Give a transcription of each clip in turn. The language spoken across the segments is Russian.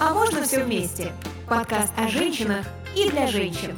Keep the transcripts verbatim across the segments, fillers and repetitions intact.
А можно все вместе? Подкаст о женщинах и для женщин.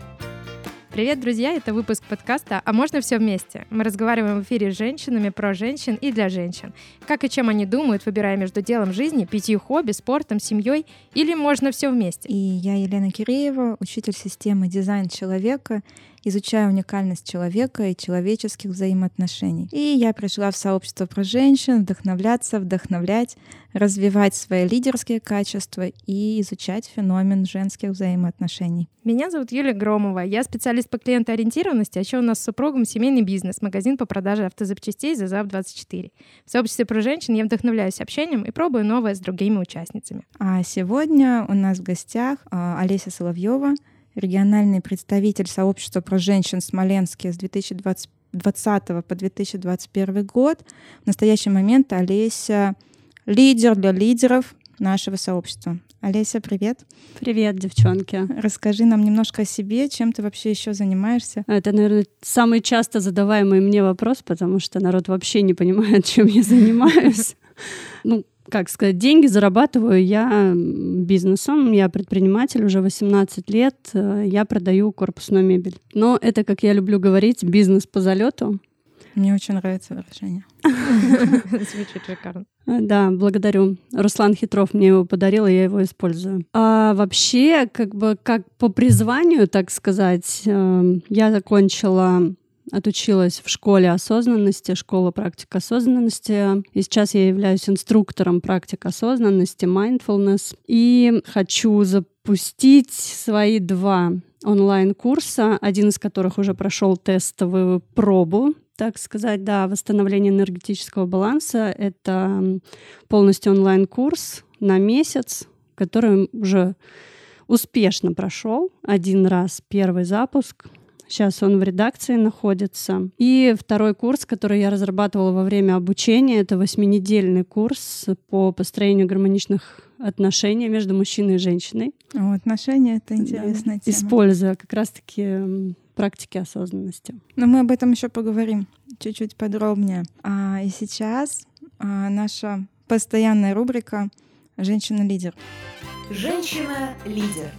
Привет, друзья! Это выпуск подкаста «А можно все вместе?». Мы разговариваем в эфире с женщинами про женщин и для женщин. Как и чем они думают, выбирая между делом жизни, пятью хобби, спортом, семьей, или можно все вместе. И я Елена Киреева, учитель системы «Дизайн человека», изучаю уникальность человека и человеческих взаимоотношений. И я пришла в сообщество про женщин вдохновляться, вдохновлять, развивать свои лидерские качества и изучать феномен женских взаимоотношений. Меня зовут Юлия Громова. Я специалист по клиентоориентированности, а еще у нас с супругом семейный бизнес, магазин по продаже автозапчастей «Зазав двадцать четыре». В сообществе про женщин я вдохновляюсь общением и пробую новое с другими участницами. А сегодня у нас в гостях Олеся Соловьева, региональный представитель сообщества про женщин в Смоленске с две тысячи двадцатого по две тысячи двадцать первый год. В настоящий момент Олеся — лидер для лидеров нашего сообщества. Олеся, привет. Привет, девчонки. Расскажи нам немножко о себе, чем ты вообще еще занимаешься. Это, наверное, самый часто задаваемый мне вопрос, потому что народ вообще не понимает, чем я занимаюсь. Ну, как сказать, деньги зарабатываю я бизнесом, я предприниматель уже восемнадцать лет, я продаю корпусную мебель. Но это, как я люблю говорить, бизнес по залету. Мне очень нравится выражение. Звучит шикарно. Да, благодарю. Руслан Хитров мне его подарил, и я его использую. А вообще, как бы, как по призванию, так сказать, я закончила... Отучилась в школе осознанности, школа практик осознанности. И сейчас я являюсь инструктором практик осознанности, mindfulness. И хочу запустить свои два онлайн-курса, один из которых уже прошел тестовую пробу, так сказать, да, восстановление энергетического баланса. Это полностью онлайн-курс на месяц, который уже успешно прошел один раз первый запуск. Сейчас он в редакции находится. И второй курс, который я разрабатывала во время обучения, это восьминедельный курс по построению гармоничных отношений между мужчиной и женщиной. О, отношения — это интересная да. тема. Используя как раз-таки практики осознанности. Но мы об этом еще поговорим чуть-чуть подробнее. А, и сейчас а, наша постоянная рубрика «Женщина-лидер». Женщина-лидер.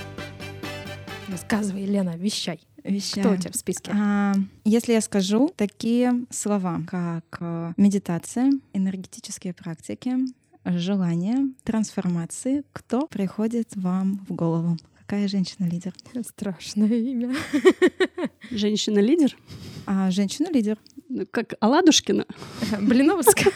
Рассказывай, Елена, вещай. Вещаю. Кто у тебя в списке? А, если я скажу такие слова, как а, медитация, энергетические практики, желание, трансформации, кто приходит вам в голову? Какая женщина-лидер? Страшное имя. Женщина-лидер? А, женщина-лидер. Как Аладушкина? Блиновская.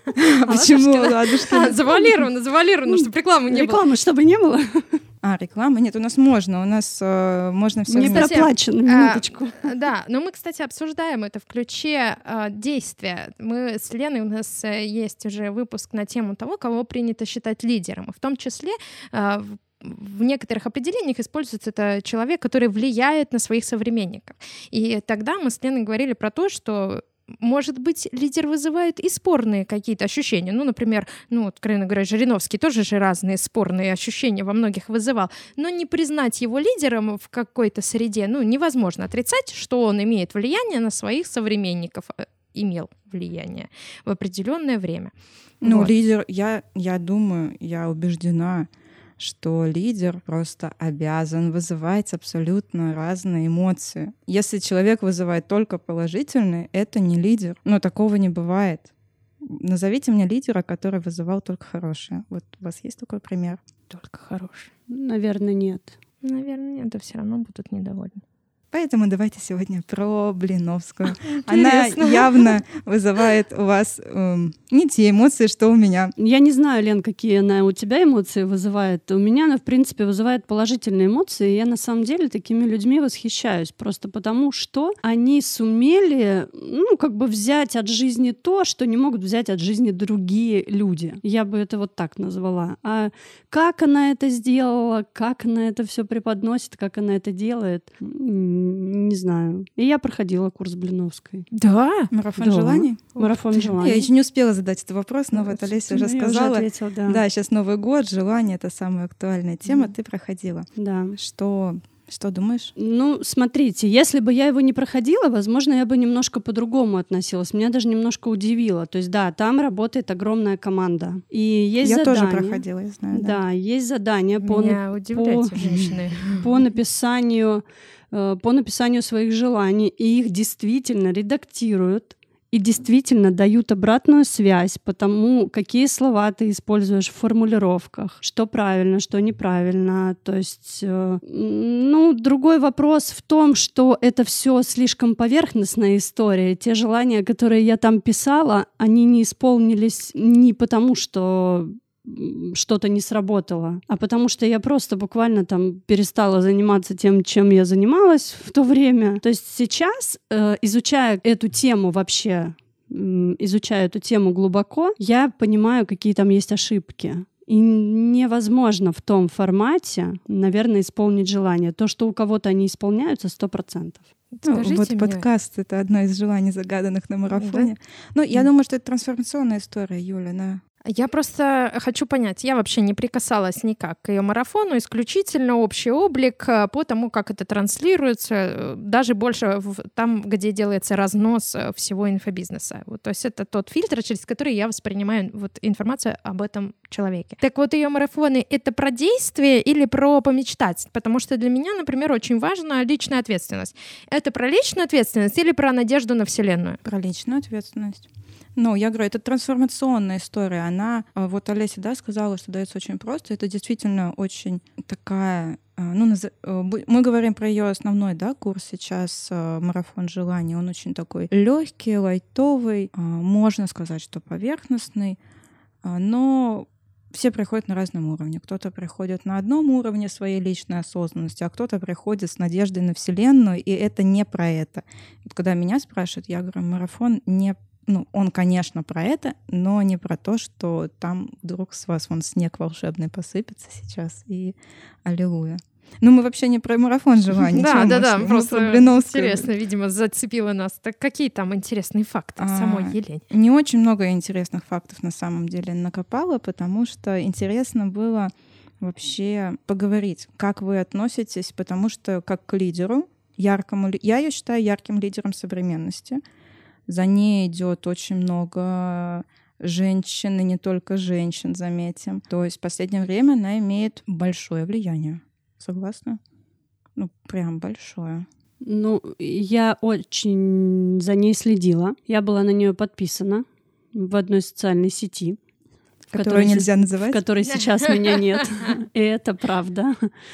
Почему Аладушкина? Завуалировано, завуалировано, чтобы рекламы не было. Рекламы, чтобы не было. А, реклама? Нет, у нас можно. У нас э, можно все. Не проплачено, минуточку. А, да, но мы, кстати, обсуждаем это в ключе а, действия. Мы с Леной, у нас есть уже выпуск на тему того, кого принято считать лидером. И в том числе а, в в некоторых определениях используется это человек, который влияет на своих современников. И тогда мы с Леной говорили про то, что может быть, лидер вызывает и спорные какие-то ощущения. Ну, например, ну, откровенно говоря, Жириновский тоже же разные спорные ощущения во многих вызывал. Но не признать его лидером в какой-то среде, ну, невозможно отрицать, что он имеет влияние на своих современников, имел влияние в определенное время. Ну, вот. Лидер, я, я думаю, я убеждена, что лидер просто обязан вызывать абсолютно разные эмоции. Если человек вызывает только положительные, это не лидер. Но такого не бывает. Назовите мне лидера, который вызывал только хорошее. Вот у вас есть такой пример? Только хорошее. Наверное, нет. Наверное, нет, да все равно будут недовольны. Поэтому давайте сегодня про Блиновскую. Она явно вызывает у вас эм, не те эмоции, что у меня. Я не знаю, Лен, какие она у тебя эмоции вызывает. У меня она, в принципе, вызывает положительные эмоции. И я, на самом деле, такими людьми восхищаюсь. Просто потому, что они сумели, ну, как бы взять от жизни то, что не могут взять от жизни другие люди. Я бы это вот так назвала. А как она это сделала, как она это все преподносит, как она это делает, не знаю. И я проходила курс Блиновской. Да? Марафон да. желаний? Марафон желаний. Я еще не успела задать этот вопрос, но вот Олеся уже сказала. Уже ответила, да. Да, сейчас Новый год, желание — это самая актуальная тема. Mm. Ты проходила. Да. Что Что думаешь? Ну, смотрите, если бы я его не проходила, возможно, я бы немножко по-другому относилась. Меня даже немножко удивило. То есть, да, там работает огромная команда. И есть я задания. тоже проходила, я знаю. Да, да есть задания по, Меня удивляют по, женщины. по написанию, по написанию своих желаний. И их действительно редактируют. И действительно дают обратную связь по тому, какие слова ты используешь в формулировках, что правильно, что неправильно. То есть, э, ну, другой вопрос в том, что это все слишком поверхностная история. Те желания, которые я там писала, они не исполнились не потому, что что-то не сработало, а потому что я просто буквально там перестала заниматься тем, чем я занималась в то время. То есть сейчас, э, изучая эту тему вообще, э, изучая эту тему глубоко, я понимаю, какие там есть ошибки. И невозможно в том формате, наверное, исполнить желание. То, что у кого-то они исполняются, сто процентов. Ну, вот мне... подкаст — это одно из желаний, загаданных на марафоне. Да? Ну, я mm. думаю, что это трансформационная история, Юля, да. Я просто хочу понять, я вообще не прикасалась никак к ее марафону, исключительно общий облик по тому, как это транслируется, даже больше в, там, где делается разнос всего инфобизнеса. Вот, то есть это тот фильтр, через который я воспринимаю вот, информацию об этом человеке. Так вот, ее марафоны — это про действие или про помечтать? Потому что для меня, например, очень важна личная ответственность. Это про личную ответственность или про надежду на Вселенную? Про личную ответственность. Ну, я говорю, это трансформационная история. Она, вот Олеся, да, сказала, что дается очень просто. Это действительно очень такая... Ну, мы говорим про ее основной, да, курс сейчас, марафон желаний. Он очень такой легкий, лайтовый, можно сказать, что поверхностный, но все приходят на разном уровне. Кто-то приходит на одном уровне своей личной осознанности, а кто-то приходит с надеждой на Вселенную, и это не про это. Вот когда меня спрашивают, я говорю, марафон не Ну, он, конечно, про это, но не про то, что там вдруг с вас вон снег волшебный посыпется сейчас, и аллилуйя. Ну, мы вообще не про марафон желаний. Да, да, да, просто интересно, видимо, зацепило нас. Так какие там интересные факты в самой Елене? Не очень много интересных фактов на самом деле накопала, потому что интересно было вообще поговорить, как вы относитесь, потому что как к лидеру, яркому, я ее считаю ярким лидером современности. За ней идет очень много женщин, и не только женщин, заметим. То есть в последнее время она имеет большое влияние. Согласна? Ну, прям большое. Ну, я очень за ней следила. Я была на нее подписана в одной социальной сети. Которую которой нельзя с... называть? В которой сейчас меня нет. И это правда.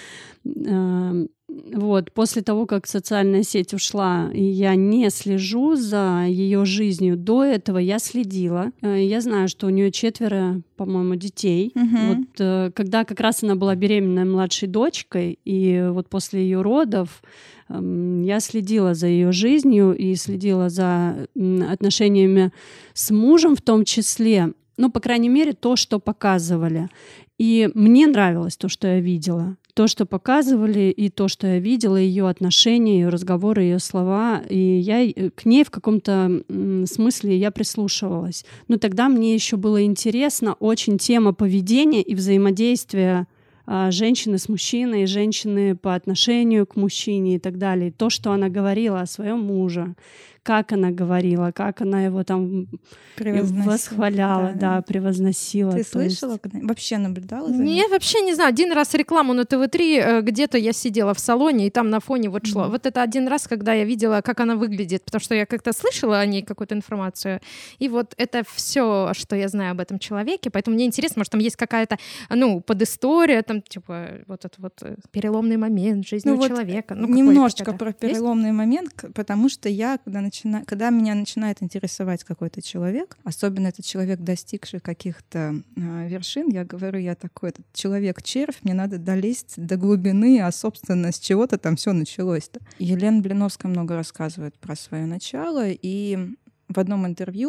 Вот, после того, как социальная сеть ушла, и я не слежу за ее жизнью, до этого я следила. Я знаю, что у нее четверо, по-моему, детей. Угу. Вот, когда как раз она была беременной младшей дочкой, и вот после ее родов я следила за ее жизнью и следила за отношениями с мужем в том числе. Ну, по крайней мере, то, что показывали. И мне нравилось то, что я видела. То, что показывали, и то, что я видела, ее отношения, ее разговоры, ее слова. И я к ней в каком-то смысле я прислушивалась. Но тогда мне еще было интересно очень тема поведения и взаимодействия женщины с мужчиной, женщины по отношению к мужчине и так далее. И то, что она говорила о своем муже, как она говорила, как она его там восхваляла, да, да, превозносила. Ты слышала? Есть... Вообще наблюдала за ней? Я вообще не знаю. Один раз рекламу на тэ вэ три, где-то я сидела в салоне, и там на фоне вот шло. Mm-hmm. Вот это один раз, когда я видела, как она выглядит, потому что я как-то слышала о ней какую-то информацию. И вот это все, что я знаю об этом человеке. Поэтому мне интересно, может, там есть какая-то, ну, подистория, там, типа, вот этот вот переломный момент в жизни ну, у вот человека. Ну, немножечко про переломный есть? момент, потому что я, когда начина... когда меня начинает интересовать какой-то человек, особенно этот человек, достигший каких-то э, вершин, я говорю, я такой этот человек-червь, мне надо долезть до глубины, а, собственно, с чего-то там все началось-то. Елена Блиновская много рассказывает про свое начало, и в одном интервью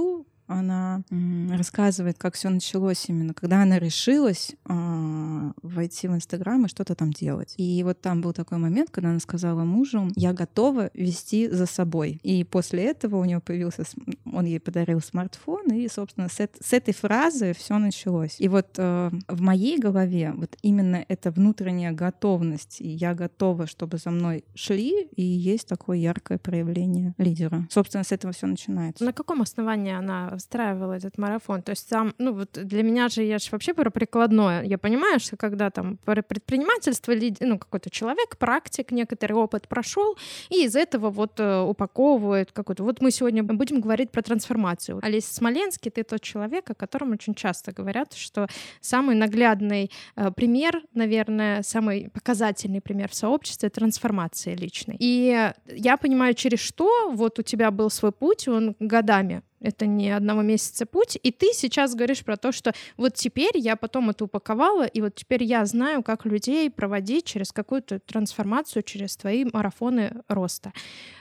она м, рассказывает, как все началось именно, когда она решилась а, войти в Инстаграм и что-то там делать. И вот там был такой момент, когда она сказала мужу: я готова вести за собой. И после этого у него появился, он ей подарил смартфон, и, собственно, с, эт- с этой фразы все началось. И вот э, в моей голове вот именно эта внутренняя готовность, и я готова, чтобы за мной шли, и есть такое яркое проявление лидера. Собственно, с этого все начинается. На каком основании она выстраивала этот марафон? То есть там, ну вот для меня же, я же вообще про прикладное. Я понимаю, что когда там предпринимательство, ну какой-то человек, практик, некоторый опыт прошел, и из этого вот упаковывает какой-то... Вот мы сегодня будем говорить про трансформацию. Олеся Смоленский — ты тот человек, о котором очень часто говорят, что самый наглядный э, пример, наверное, самый показательный пример в сообществе — трансформации личной. И я понимаю, через что вот у тебя был свой путь, он годами. Это не одного месяца путь. И ты сейчас говоришь про то, что вот теперь я потом это упаковала, и вот теперь я знаю, как людей проводить через какую-то трансформацию, через твои марафоны роста.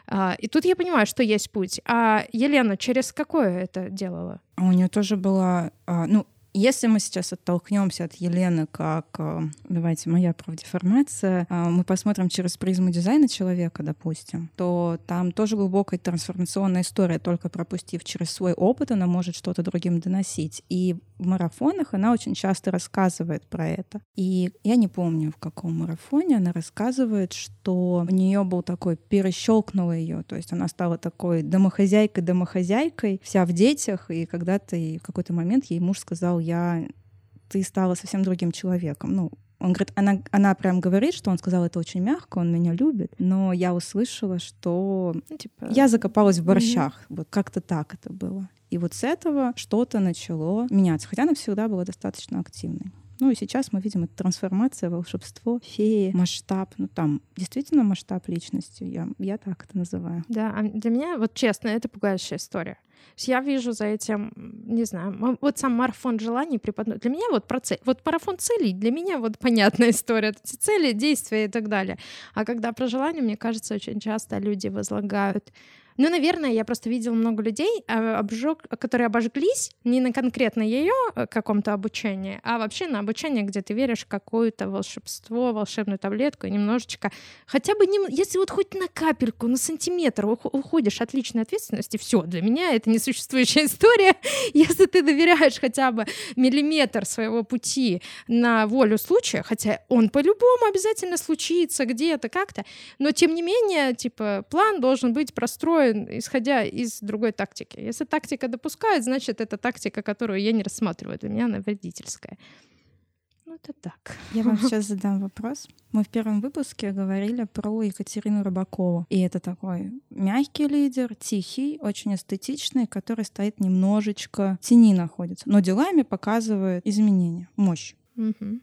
И тут я понимаю, что есть путь. А Елена через какое это делала? А у нее тоже была... Ну, если мы сейчас оттолкнемся от Елены как, давайте, моя профдеформация, мы посмотрим через призму дизайна человека, допустим, то там тоже глубокая трансформационная история, только пропустив через свой опыт, она может что-то другим доносить. И в марафонах она очень часто рассказывает про это. И я не помню, в каком марафоне она рассказывает, что у нее был такой, перещелкнуло ее, то есть она стала такой домохозяйкой-домохозяйкой, вся в детях, и когда-то и в какой-то момент ей муж сказал: я, ты стала совсем другим человеком. Ну, он говорит, она, она прям говорит, что он сказал это очень мягко, он меня любит, но я услышала, что ну, типа... я закопалась в борщах. Mm-hmm. Вот как-то так это было. И вот с этого что-то начало меняться, хотя она всегда была достаточно активной. Ну и сейчас мы видим, это трансформация, волшебство, феи, масштаб. Ну там действительно масштаб личности, я, я так это называю. Да, а для меня, вот честно, это пугающая история. Я вижу за этим, не знаю, вот сам марафон желаний преподносит. Для меня вот про цель, вот марафон целей, для меня вот понятная история. Цели, действия и так далее. А когда про желания, мне кажется, очень часто люди возлагают... Ну, наверное, я просто видела много людей, обжег, которые обожглись не на конкретно ее каком-то обучении, а вообще на обучение, где ты веришь в какое-то волшебство, волшебную таблетку, и немножечко, хотя бы, не, если вот хоть на капельку, на сантиметр уходишь от личной ответственности, все, для меня это несуществующая история. Если ты доверяешь хотя бы миллиметр своего пути на волю случая, хотя он по-любому обязательно случится где-то как-то, но тем не менее, типа, план должен быть простроен, исходя из другой тактики. Если тактика допускает, значит, это тактика, которую я не рассматриваю. Для меня она вредительская. Ну, это так. Я вам сейчас задам вопрос. Мы в первом выпуске говорили про Екатерину Рыбакову. И это такой мягкий лидер, тихий, очень эстетичный, который стоит немножечко в тени находится, но делами показывает изменения, мощь. Угу.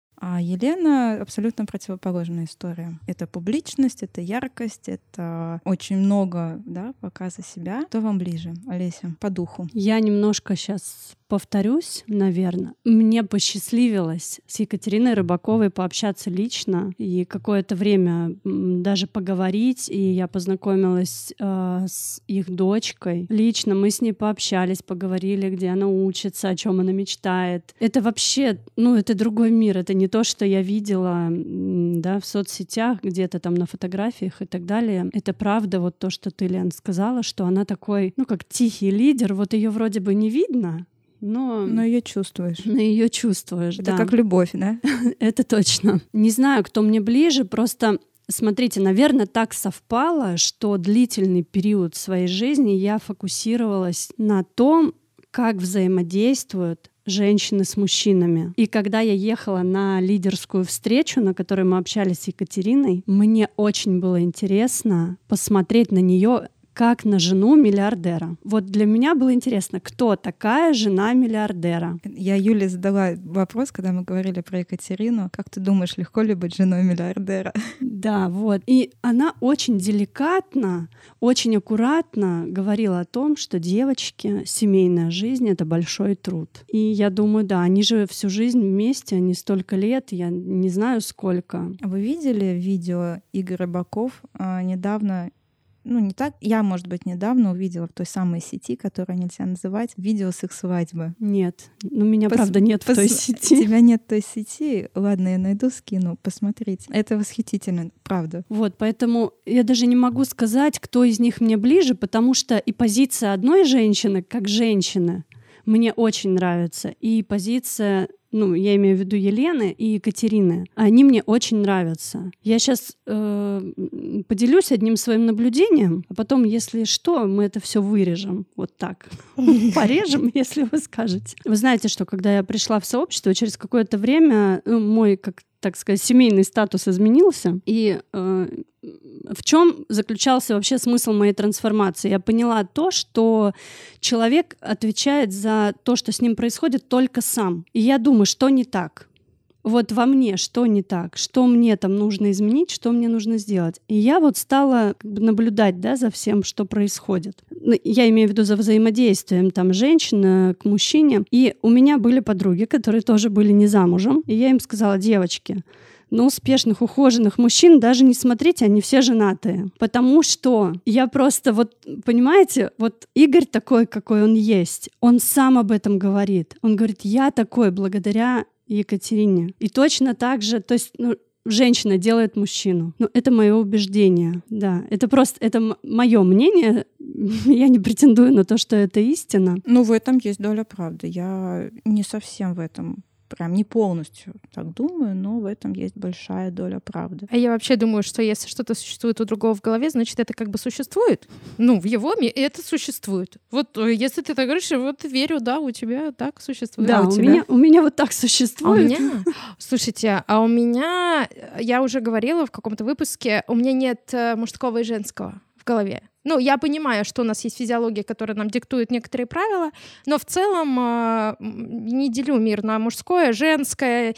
А Елена абсолютно противоположная история. Это публичность, это яркость, это очень много, да, показа себя. Кто вам ближе, Олеся, по духу? Я немножко сейчас повторюсь, наверное. Мне посчастливилось с Екатериной Рыбаковой пообщаться лично и какое-то время даже поговорить. И я познакомилась э, с их дочкой. Лично мы с ней пообщались, поговорили, где она учится, о чем она мечтает. Это вообще, ну, это другой мир. Это не то, что я видела, да, в соцсетях, где-то там на фотографиях и так далее. Это правда вот то, что ты, Лен, сказала, что она такой, ну, как тихий лидер. Вот ее вроде бы не видно, но... Но ее чувствуешь. Но ее чувствуешь, это да. как любовь, да? Это точно. Не знаю, кто мне ближе, просто... Смотрите, наверное, так совпало, что длительный период своей жизни я фокусировалась на том, как взаимодействуют женщины с мужчинами. И когда я ехала на лидерскую встречу, на которой мы общались с Екатериной, мне очень было интересно посмотреть на нее как на жену миллиардера. Вот для меня было интересно, кто такая жена миллиардера. Я Юле задала вопрос, когда мы говорили про Екатерину. Как ты думаешь, легко ли быть женой миллиардера? Да, вот. И она очень деликатно, очень аккуратно говорила о том, что, девочки, семейная жизнь — это большой труд. И я думаю, да, они же всю жизнь вместе, они столько лет, я не знаю сколько. Вы видели видео Игорь Рыбаков а, недавно ну не так, я, может быть, недавно увидела в той самой сети, которую нельзя называть, видео с их свадьбы. Нет, ну меня, Пос- правда, нет пос- в той сети. Тебя нет в той сети? Ладно, я найду, скину, посмотрите. Это восхитительно, правда. Вот, поэтому я даже не могу сказать, кто из них мне ближе, потому что и позиция одной женщины, как женщины, мне очень нравится, и позиция, ну, я имею в виду Елены и Екатерины, они мне очень нравятся. Я сейчас э, поделюсь одним своим наблюдением, а потом, если что, мы это все вырежем, вот так, порежем, если вы скажете. Вы знаете, что когда я пришла в сообщество, через какое-то время мой, как так сказать, семейный статус изменился, и э, в чем заключался вообще смысл моей трансформации? Я поняла то, что человек отвечает за то, что с ним происходит, только сам. И я думаю, что не так? Вот во мне что не так? Что мне там нужно изменить? Что мне нужно сделать? И я вот стала как бы наблюдать, да, за всем, что происходит. Я имею в виду за взаимодействием там женщины к мужчине. И у меня были подруги, которые тоже были не замужем. И я им сказала: девочки, на успешных, ухоженных мужчин даже не смотрите, они все женатые. Потому что я просто, вот, понимаете, вот Игорь такой, какой он есть, он сам об этом говорит. Он говорит: я такой благодаря Екатерине. И точно так же, то есть, ну, женщина делает мужчину. Ну, это мое убеждение, да. Это просто, это мое мнение. Я не претендую на то, что это истина. Ну, в этом есть доля правды. Я не совсем в этом прям не полностью так думаю, но в этом есть большая доля правды. А я вообще думаю, что если что-то существует у другого в голове, значит, это как бы существует. Ну, в его мире это существует. Вот если ты так говоришь, вот верю, да, у тебя так существует. Да, а у, у, тебя? меня, у меня вот так А у существует. меня? Слушайте, а у меня, я уже говорила в каком-то выпуске, у меня нет мужского и женского в голове. Ну, я понимаю, что у нас есть физиология, которая нам диктует некоторые правила, но в целом э, не делю мир на мужское, женское,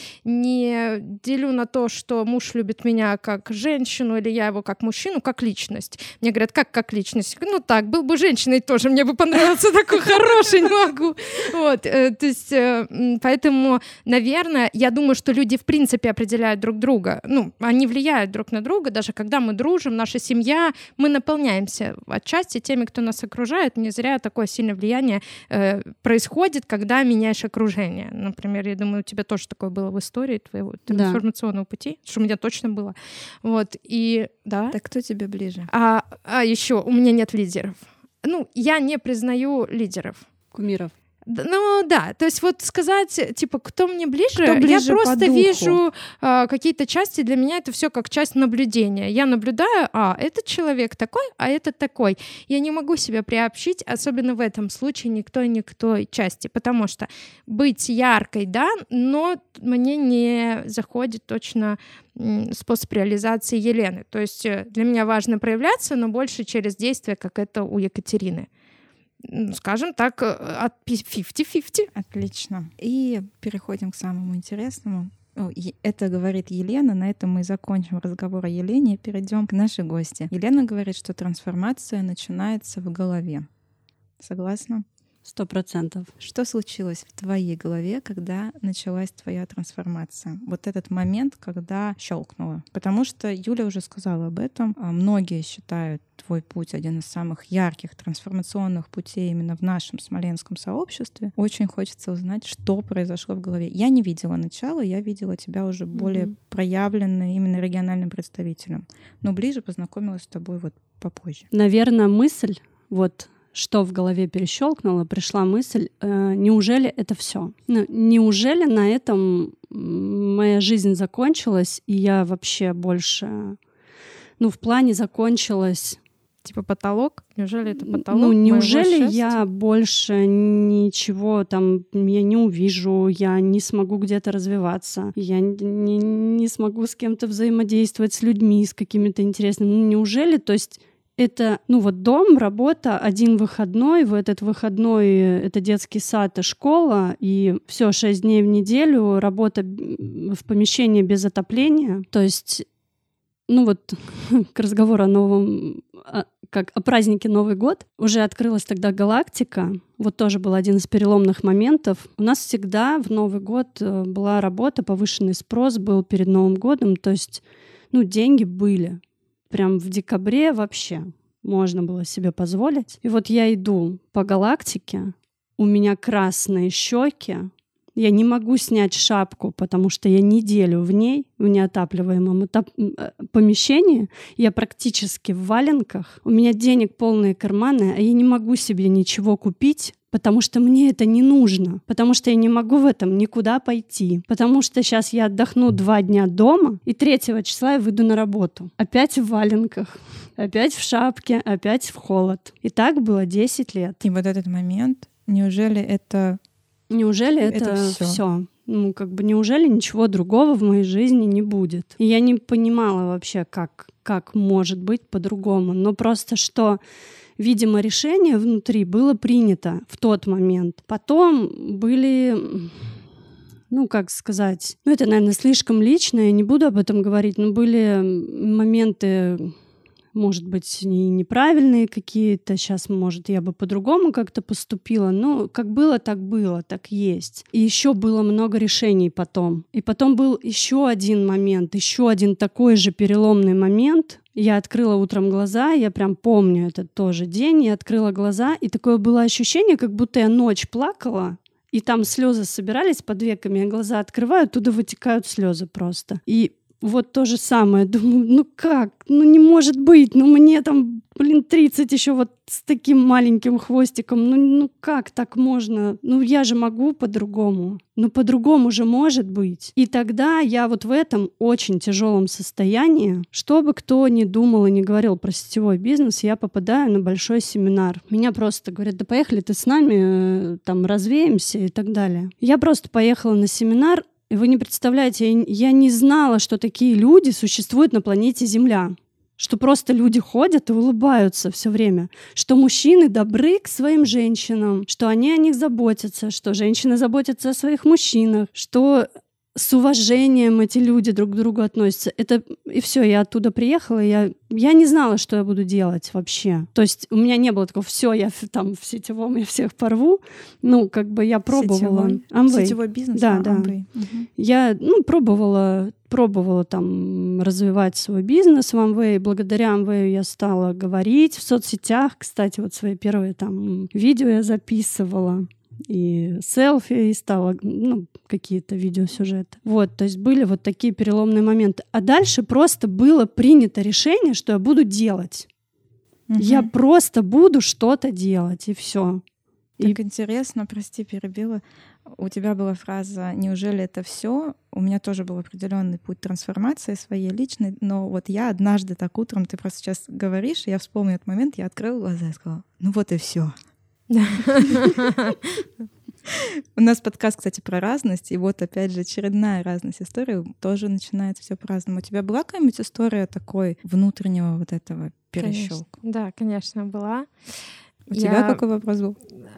не делю на то, что муж любит меня как женщину или я его как мужчину, как личность. Мне говорят: как как личность? Ну так, был бы женщиной тоже, мне бы понравился такой хороший, не могу. Вот, э, то есть, э, поэтому, наверное, я думаю, что люди в принципе определяют друг друга. Ну, они влияют друг на друга, даже когда мы дружим, наша семья, мы наполняемся отчасти теми, кто нас окружает. Не зря такое сильное влияние э, происходит, когда меняешь окружение. Например, я думаю, у тебя тоже такое было в истории твоего трансформационного да. пути, что у меня точно было. Вот, и да. Так кто тебе ближе? А, а еще у меня нет лидеров. Ну, я не признаю лидеров. Кумиров. Ну да, то есть вот сказать, типа, кто мне ближе, кто ближе я просто по духу? вижу э, какие-то части, для меня это все как часть наблюдения. Я наблюдаю, а, этот человек такой, а этот такой. Я не могу себя приобщить, особенно в этом случае, ни к той, ни к той части, потому что быть яркой, да, но мне не заходит точно способ реализации Елены. То есть для меня важно проявляться, но больше через действие, как это у Екатерины. Скажем так, от пятьдесят-пятьдесят. Отлично. И переходим к самому интересному. Это говорит Елена, на этом мы закончим разговор о Елене и перейдем к нашей гости. Елена говорит, что трансформация начинается в голове. Согласна? Сто процентов. Что случилось в твоей голове, когда началась твоя трансформация? Вот этот момент, когда щелкнуло. Потому что Юля уже сказала об этом. Многие считают твой путь один из самых ярких трансформационных путей именно в нашем смоленском сообществе. Очень хочется узнать, что произошло в голове. Я не видела начала, я видела тебя уже более mm-hmm. проявленной именно региональным представителем. Но ближе познакомилась с тобой вот попозже. Наверное, мысль вот что в голове перещелкнуло, пришла мысль, э, неужели это все? Ну, неужели на этом моя жизнь закончилась, и я вообще больше, ну, в плане закончилась... Типа потолок? Неужели это потолок? Ну, неужели я больше ничего там, я не увижу, я не смогу где-то развиваться, я не, не смогу с кем-то взаимодействовать, с людьми, с какими-то интересными... Ну, неужели, то есть это, ну вот дом, работа, один выходной, в этот выходной это детский сад и школа, и все шесть дней в неделю, работа в помещении без отопления. То есть, ну вот к разговору о новом, о, как о празднике Новый год, уже открылась тогда галактика. Вот тоже был один из переломных моментов. У нас всегда в Новый год была работа, повышенный спрос был перед Новым годом, то есть, ну, деньги были. Прям в декабре вообще. можно было себе позволить. И вот я иду по галактике, у меня красные щеки, я не могу снять шапку, потому что я неделю в ней, в неотапливаемом этап- помещении, я практически в валенках, у меня денег полные карманы, а я не могу себе ничего купить, потому что мне это не нужно, потому что я не могу в этом никуда пойти, потому что сейчас я отдохну два дня дома, и третьего числа я выйду на работу. Опять в валенках, опять в шапке, опять в холод. И так было десять лет. И вот этот момент, неужели это... Неужели это, это все? все? Ну, как бы, неужели ничего другого в моей жизни не будет? И я не понимала вообще, как, как может быть по-другому. Но просто что, видимо, решение внутри было принято в тот момент. Потом были... Ну, как сказать... Ну, это, наверное, слишком лично, я не буду об этом говорить, но были моменты... Может быть, не неправильные какие-то. Сейчас, может, я бы по-другому как-то поступила. Но как было, так было, так есть. И еще было много решений потом. И потом был еще один момент, еще один такой же переломный момент. Я открыла утром глаза, я прям помню этот тоже день. Я открыла глаза, и такое было ощущение, как будто я ночь плакала. И там слезы собирались под веками, я глаза открываю, оттуда вытекают слезы просто. И вот то же самое. Думаю, ну как? Ну не может быть. Ну мне там, блин, тридцать еще вот с таким маленьким хвостиком. Ну, ну как так можно? Ну я же могу по-другому. Ну по-другому же может быть. И тогда я вот в этом очень тяжелом состоянии, что бы кто ни думал и не говорил про сетевой бизнес, я попадаю на большой семинар. Меня просто говорят, да поехали ты с нами, там развеемся и так далее. Я просто поехала на семинар. Вы не представляете, я не знала, что такие люди существуют на планете Земля. Что просто люди ходят и улыбаются все время. Что мужчины добры к своим женщинам, что они о них заботятся, что женщины заботятся о своих мужчинах, что с уважением эти люди друг к другу относятся. Это и все, я оттуда приехала, и я, я не знала, что я буду делать вообще. То есть у меня не было такого, все, я там в сетевом, я всех порву. Ну, как бы я пробовала. Amway. Сетевой бизнес? Да, а, да. Amway. Угу. Я, ну, пробовала, пробовала там развивать свой бизнес в Amway. Благодаря Amway я стала говорить в соцсетях. Кстати, вот свои первые там видео я записывала. И селфи, и стала, ну, какие-то видеосюжеты. Вот, то есть были вот такие переломные моменты. А дальше просто было принято решение, что я буду делать. Угу. Я просто буду что-то делать, и все. Так и... интересно, прости, перебила. У тебя была фраза «Неужели это все?» У меня тоже был определенный путь трансформации своей личной, но вот я однажды так утром, ты просто сейчас говоришь, и я вспомнила этот момент, я открыла глаза и сказала, ну вот и все. У нас подкаст, кстати, про разность, и вот опять же очередная разность истории, тоже начинается все по-разному. У тебя была какая-нибудь история такой внутреннего вот этого перещелка? Да, конечно, была. У Я... тебя какой вопрос был?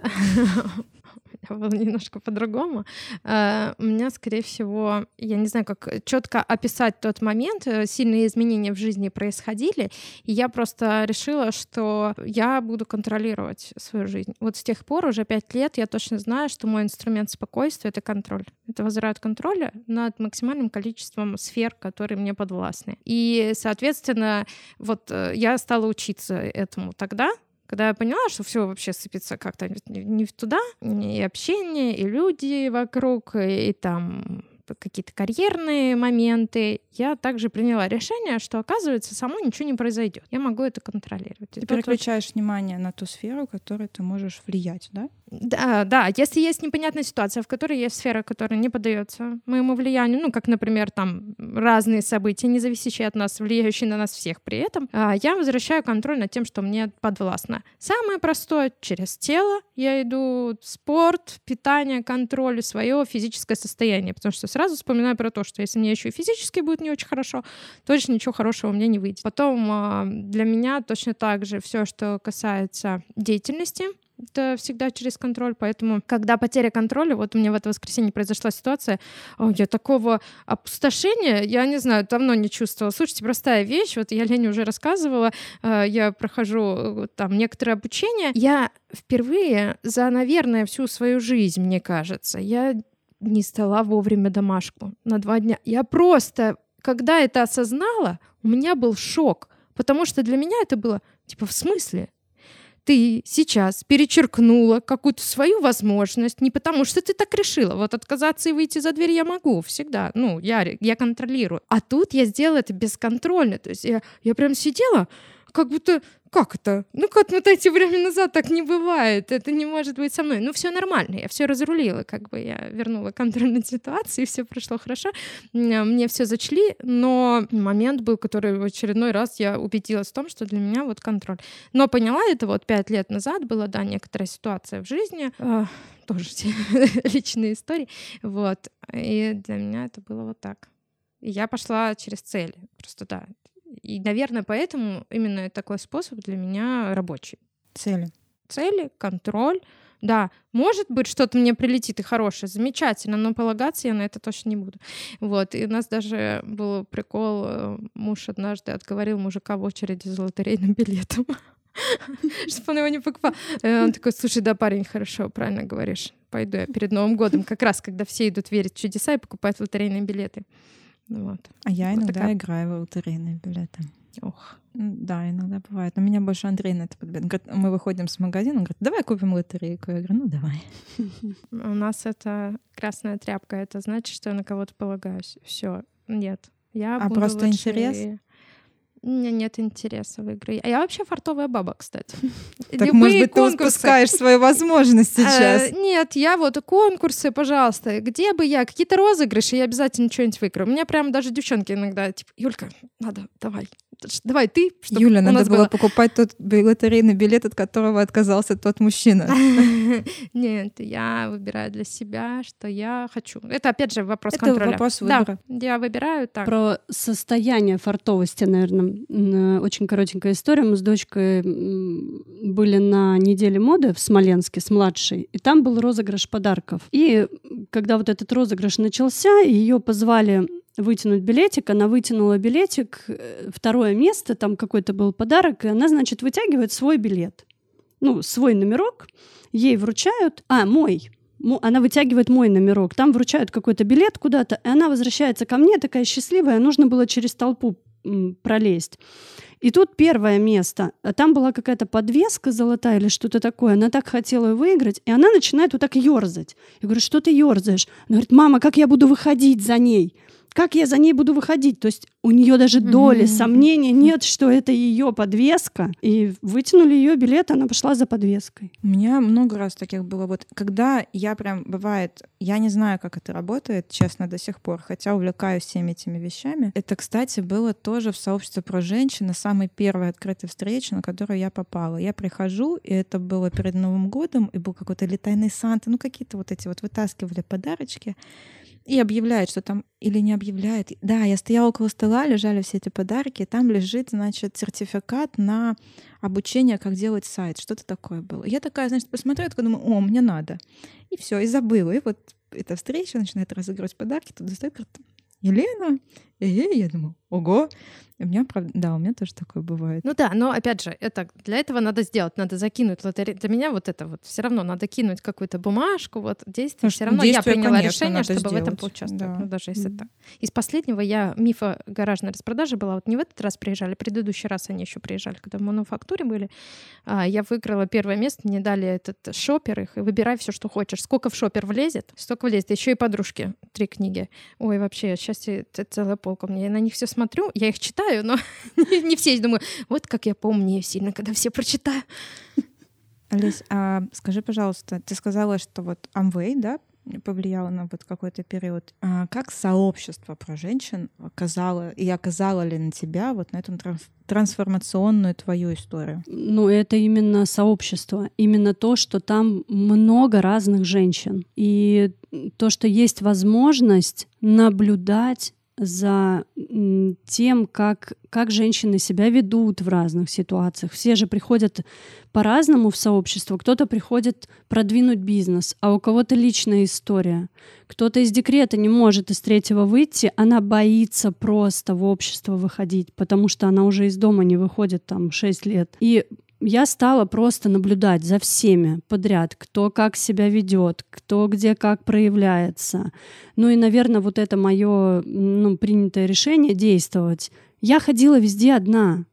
У меня было немножко по-другому. Uh, у меня, скорее всего, я не знаю, как четко описать тот момент, сильные изменения в жизни происходили, и я просто решила, что я буду контролировать свою жизнь. Вот с тех пор, уже пять лет, я точно знаю, что мой инструмент спокойствия — это контроль. Это возврат контроля над максимальным количеством сфер, которые мне подвластны. И, соответственно, вот я стала учиться этому тогда, когда я поняла, что все вообще сыпется как-то не в туда, и общение, и люди вокруг, и, и там какие-то карьерные моменты, я также приняла решение, что, оказывается, само ничего не произойдет. Я могу это контролировать. Ты переключаешь вот... внимание на ту сферу, в которой ты можешь влиять, да? Да, да. Если есть непонятная ситуация, в которой есть сфера, которая не поддается моему влиянию, ну, как, например, там разные события, не зависящие от нас, влияющие на нас всех при этом, я возвращаю контроль над тем, что мне подвластно. Самое простое — через тело. Я иду в спорт, питание, контроль, свое физическое состояние, потому что сразу вспоминаю про то, что если мне еще и физически будет не очень хорошо, точно ничего хорошего у меня не выйдет. Потом для меня точно так же все, что касается деятельности, это всегда через контроль, поэтому, когда потеря контроля, вот у меня в это воскресенье произошла ситуация, я такого опустошения, я не знаю, давно не чувствовала. Слушайте, простая вещь, вот я Лене уже рассказывала, я прохожу там некоторое обучение, я впервые за, наверное, всю свою жизнь, мне кажется, я не сдала вовремя домашку на два дня. Я просто, когда это осознала, у меня был шок, Потому что для меня это было, типа, в смысле? Ты сейчас перечеркнула какую-то свою возможность не потому, что ты так решила. Вот отказаться и выйти за дверь я могу всегда. Ну, я, я контролирую. А тут я сделала это бесконтрольно. То есть я, я прям сидела, как будто... Как это? Ну-ка отмотайте время назад, так не бывает. Это не может быть со мной. Ну, все нормально, я все разрулила, как бы я вернула контроль над ситуацией, все прошло хорошо. Мне все зачли, но момент был, который в очередной раз я убедилась в том, что для меня вот контроль. Но поняла это вот пять лет назад, была, да, некоторая ситуация в жизни, э, тоже личные истории, вот. И для меня это было вот так. И я пошла через цели, просто да. И, наверное, поэтому именно такой способ для меня рабочий. Цели. Цели, контроль. Да, может быть, что-то мне прилетит и хорошее, замечательно, но полагаться я на это точно не буду. Вот, и у нас даже был прикол, муж однажды отговорил мужика в очереди за лотерейным билетом, чтобы он его не покупал. Он такой: слушай, да, парень, хорошо, правильно говоришь, пойду я перед Новым годом, как раз когда все идут верить в чудеса и покупают лотерейные билеты. Вот. А я Вот иногда такая... играю в лотерейные билеты. Ох. Да, иногда бывает. Но меня больше Андрей на это подбивает. Говорит, мы выходим с магазина, он говорит, давай купим лотерейку. Я говорю, ну давай. У нас это красная тряпка. Это значит, что я на кого-то полагаюсь. Все, нет. Я а буду просто лучше... интерес? У меня нет интереса в игры. А я вообще фартовая баба, кстати. Так, может быть, ты упускаешь свою возможность сейчас? Нет, я вот конкурсы, пожалуйста. Где бы я? Какие-то розыгрыши, я обязательно что-нибудь выиграю. У меня прям даже девчонки иногда, типа, Юлька, надо, давай. Давай ты, чтобы Юля, у надо нас было, было покупать тот лотерейный билет, от которого отказался тот мужчина. Нет, я выбираю для себя, что я хочу. Это, опять же, вопрос Это контроля. вопрос выбора. Да, я выбираю так. Про состояние фартовости, наверное, очень коротенькая история. Мы с дочкой были на неделе моды в Смоленске с младшей, и там был розыгрыш подарков. И когда вот этот розыгрыш начался, ее позвали вытянуть билетик, она вытянула билетик, второе место, там какой-то был подарок, и она, значит, вытягивает свой билет. Ну, свой номерок, ей вручают, а, мой, она вытягивает мой номерок, там вручают какой-то билет куда-то, и она возвращается ко мне, такая счастливая, нужно было через толпу м, пролезть. И тут первое место, а там была какая-то подвеска золотая или что-то такое, она так хотела ее выиграть, и она начинает вот так ёрзать. Я говорю, что ты ёрзаешь? Она говорит, мама, как я буду выходить за ней? Как я за ней буду выходить? То есть у нее даже доли mm-hmm. сомнения нет, что это ее подвеска. И вытянули ее билет, она пошла за подвеской. У меня много раз таких было. Вот когда я прям, бывает, я не знаю, как это работает, честно, до сих пор, хотя увлекаюсь всеми этими вещами. Это, кстати, было тоже в сообществе про женщин, на самой первой открытой встрече, на которую я попала. Я прихожу, и это было перед Новым годом, и был какой-то или тайный Санта, ну какие-то вот эти вот вытаскивали подарочки. И объявляет, что там, или не объявляет. Да, я стояла около стола, лежали все эти подарки, и там лежит, значит, сертификат на обучение, как делать сайт. Что-то такое было. Я такая, значит, посмотрю, такая думаю, о, мне надо. И все, и забыла. И вот эта встреча начинает разыгрывать подарки, тут достает, говорит, Елена, и я думаю, ого. У меня, правда, да, у меня тоже такое бывает. Ну да, но опять же, это для этого надо сделать, надо закинуть лотерею. Для меня вот это вот все равно надо кинуть какую-то бумажку, вот действие. Все равно я приняла решение, чтобы сделать. В этом поучаствовать. Да. Ну даже если mm-hmm. так. Из последнего я мифа гаражной распродажи была. Вот не в этот раз приезжали, предыдущий раз они еще приезжали, когда в мануфактуре были. А, я выиграла первое место, мне дали этот шопер их, и выбирай все, что хочешь. Сколько в шопер влезет, столько влезет. Еще и подружки три книги. Ой, вообще счастье, это целая полка у меня. Я на них все смотрю, я их читаю, но не все. Я думаю, вот как я помню сильно, когда все прочитаю. Олесь, а скажи, пожалуйста, ты сказала, что вот Amway, да, повлияло на вот какой-то период. А как сообщество про женщин оказало и оказало ли на тебя вот на эту трансформационную твою историю? Ну, это именно сообщество. Именно то, что там много разных женщин. И то, что есть возможность наблюдать за тем, как, как женщины себя ведут в разных ситуациях. Все же приходят по-разному в сообщество. Кто-то приходит продвинуть бизнес, а у кого-то личная история. Кто-то из декрета не может из третьего выйти, она боится просто в общество выходить, потому что она уже из дома не выходит там шесть лет. И я стала просто наблюдать за всеми подряд, кто как себя ведет, кто где как проявляется. Ну и, наверное, вот это мое ну, принятое решение действовать. Я ходила везде одна.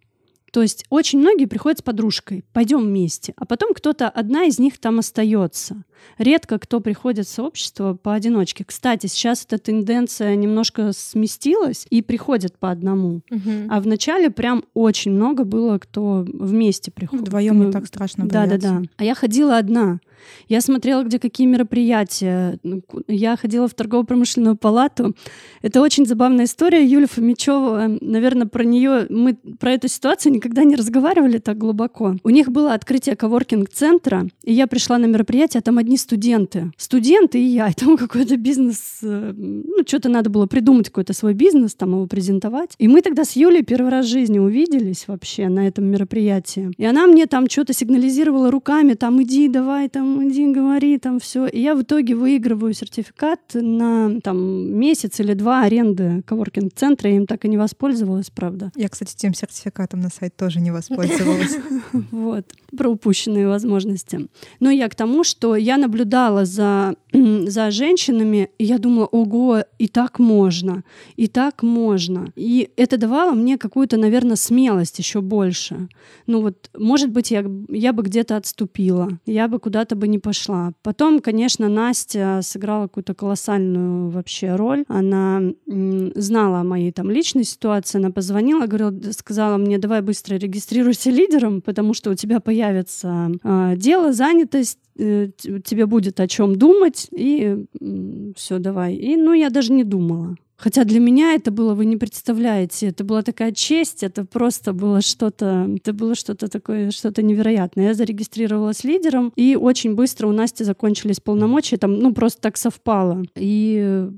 То есть очень многие приходят с подружкой, пойдем вместе, а потом кто-то, одна из них там остается. Редко кто приходит в сообщество поодиночке. Кстати, сейчас эта тенденция немножко сместилась и приходят по одному. Угу. А вначале прям очень много было, кто вместе приходит. Вдвоем не так страшно бояться. Да-да-да. А я ходила одна. Я смотрела, где какие мероприятия. Я ходила в торгово-промышленную палату. Это очень забавная история. Юля Фомичева, наверное, про нее мы про эту ситуацию никогда не разговаривали так глубоко. У них было открытие коворкинг-центра, и я пришла на мероприятие, а там одни студенты. Студенты и я. И там какой-то бизнес... Ну, что-то надо было придумать, какой-то свой бизнес, там его презентовать. И мы тогда с Юлей первый раз в жизни увиделись вообще на этом мероприятии. И она мне там что-то сигнализировала руками, там, иди, давай, там, иди, говори, там все. И я в итоге выигрываю сертификат на там месяц или два аренды коворкинг-центра. Я им так и не воспользовалась, правда. Я, кстати, тем сертификатом на сайт тоже не воспользовалась. Вот. Про упущенные возможности. Но я к тому, что я наблюдала за, за женщинами, и я думала, ого, и так можно, и так можно. И это давало мне какую-то, наверное, смелость еще больше. Ну вот, может быть, я, я бы где-то отступила, я бы куда-то бы не пошла. Потом, конечно, Настя сыграла какую-то колоссальную вообще роль. Она м, знала о моей там личной ситуации, она позвонила, говорила, сказала мне, давай быстро регистрируйся лидером, потому что у тебя появится э, дело, занятость, э, тебе будет о чем думать, и э, все, давай. И, ну, я даже не думала. Хотя для меня это было, вы не представляете, это была такая честь, это просто было что-то, это было что-то такое, что-то невероятное. Я зарегистрировалась лидером, и очень быстро у Насти закончились полномочия, там, ну, просто так совпало. И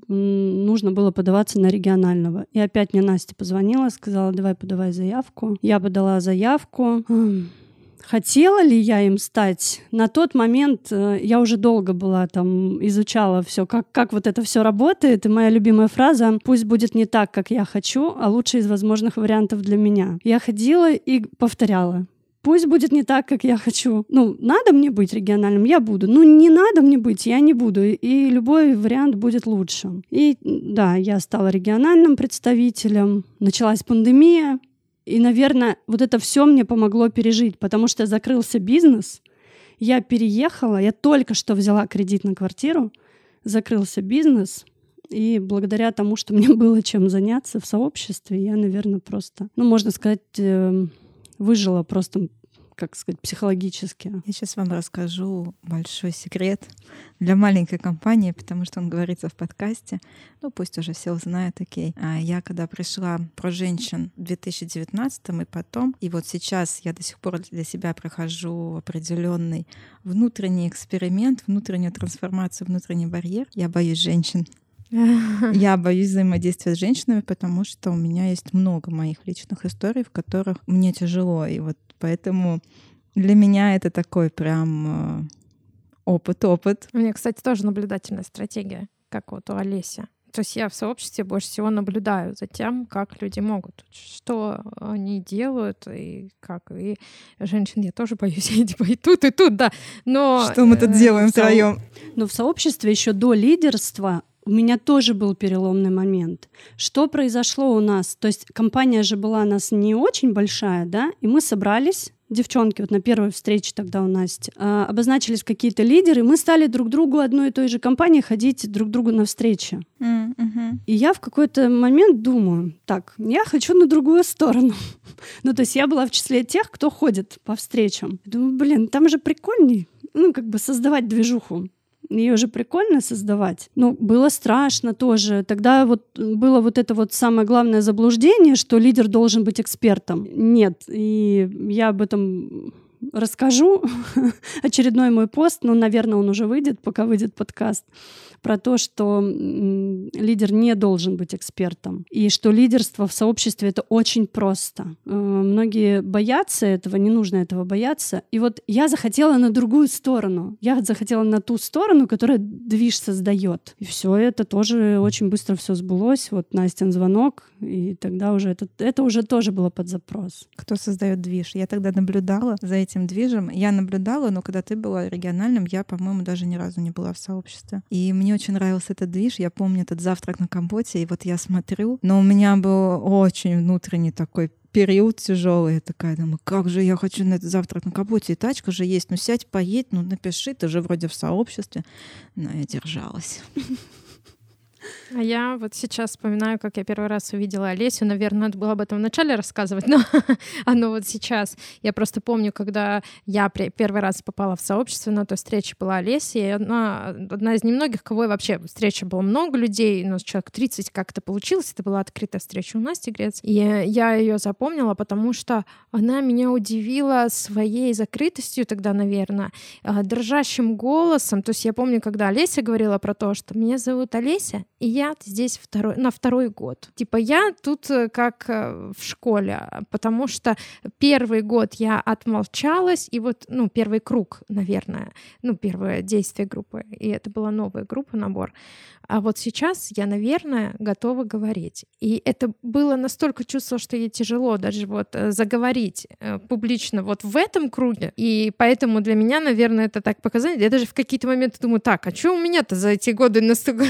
м, нужно было подаваться на регионального. И опять мне Настя позвонила, сказала, давай подавай заявку. Я подала заявку. Хотела ли я им стать? На тот момент э, я уже долго была там, изучала все, как, как вот это все работает. И моя любимая фраза «пусть будет не так, как я хочу, а лучше из возможных вариантов для меня». Я ходила и повторяла. Пусть будет не так, как я хочу. Ну, надо мне быть региональным, я буду. Ну, не надо мне быть, я не буду. И любой вариант будет лучше. И да, я стала региональным представителем. Началась пандемия. И, наверное, вот это все мне помогло пережить, потому что закрылся бизнес, я переехала, я только что взяла кредит на квартиру, закрылся бизнес, и благодаря тому, что мне было чем заняться в сообществе, я, наверное, просто, ну, можно сказать, выжила просто, как сказать, психологически. Я сейчас вам расскажу большой секрет для маленькой компании, потому что он говорится в подкасте. Ну, пусть уже все узнают, окей. А я когда пришла про женщин в две тысячи девятнадцатом и потом, и вот сейчас я до сих пор для себя прохожу определенный внутренний эксперимент, внутреннюю трансформацию, внутренний барьер. Я боюсь женщин. Я боюсь взаимодействия с женщинами, потому что у меня есть много моих личных историй, в которых мне тяжело. И вот поэтому для меня это такой прям опыт-опыт. У меня, кстати, тоже наблюдательная стратегия, как вот у Олеси. То есть я в сообществе больше всего наблюдаю за тем, как люди могут, что они делают и как. И женщин я тоже боюсь, и тут, и тут, да. Но что мы тут делаем втроем? Но в сообществе еще до лидерства у меня тоже был переломный момент. Что произошло у нас? То есть компания же была у нас не очень большая, да, и мы собрались, девчонки, вот на первой встрече тогда у Насти, э, обозначились какие-то лидеры, и мы стали друг другу одной и той же компании ходить друг другу на встречи. Mm-hmm. И я в какой-то момент думаю, так, я хочу на другую сторону. Ну, то есть я была в числе тех, кто ходит по встречам. Думаю, блин, там же прикольней, ну, как бы создавать движуху. Ее же прикольно создавать. Ну, было страшно тоже. Тогда вот было вот это вот самое главное заблуждение, что лидер должен быть экспертом. Нет, и я об этом расскажу. Очередной мой пост, ну, наверное, он уже выйдет, пока выйдет подкаст, про то, что м, лидер не должен быть экспертом, и что лидерство в сообществе — это очень просто. Э, многие боятся этого, не нужно этого бояться. И вот я захотела на другую сторону. Я захотела на ту сторону, которая движ создает. И все это тоже очень быстро все сбылось. Вот Настин звонок, и тогда уже это, это уже тоже было под запрос. Кто создает движ? Я тогда наблюдала за этим движем. Я наблюдала, но когда ты была региональным, я, по-моему, даже ни разу не была в сообществе. И мне очень нравился этот движ. Я помню этот завтрак на компоте, и вот я смотрю, но у меня был очень внутренний такой период тяжелый. Я такая думаю, как же я хочу на этот завтрак на капоте, и тачка же есть, ну сядь, поедь, ну напиши, ты же вроде в сообществе. Но я держалась. А я вот сейчас вспоминаю, как я первый раз увидела Олесю. Наверное, надо было об этом вначале рассказывать, но оно вот сейчас. Я просто помню, когда я первый раз попала в сообщество, на той встрече была Олеся, и она одна из немногих, кого я вообще... Встреча было много людей, но человек тридцать как-то получилось. Это была открытая встреча у Насти Грец. И я ее запомнила, потому что она меня удивила своей закрытостью тогда, наверное, дрожащим голосом. То есть я помню, когда Олеся говорила про то, что меня зовут Олеся, и я здесь второй, на второй год. Типа я тут как в школе, потому что первый год я отмолчалась, и вот, ну, первый круг, наверное, ну, первое действие группы, и это была новая группа, набор. А вот сейчас я, наверное, готова говорить. И это было настолько чувство, что ей тяжело даже вот заговорить публично вот в этом круге. И поэтому для меня, наверное, это так показательно. Я даже в какие-то моменты думаю, так, а что у меня-то за эти годы настолько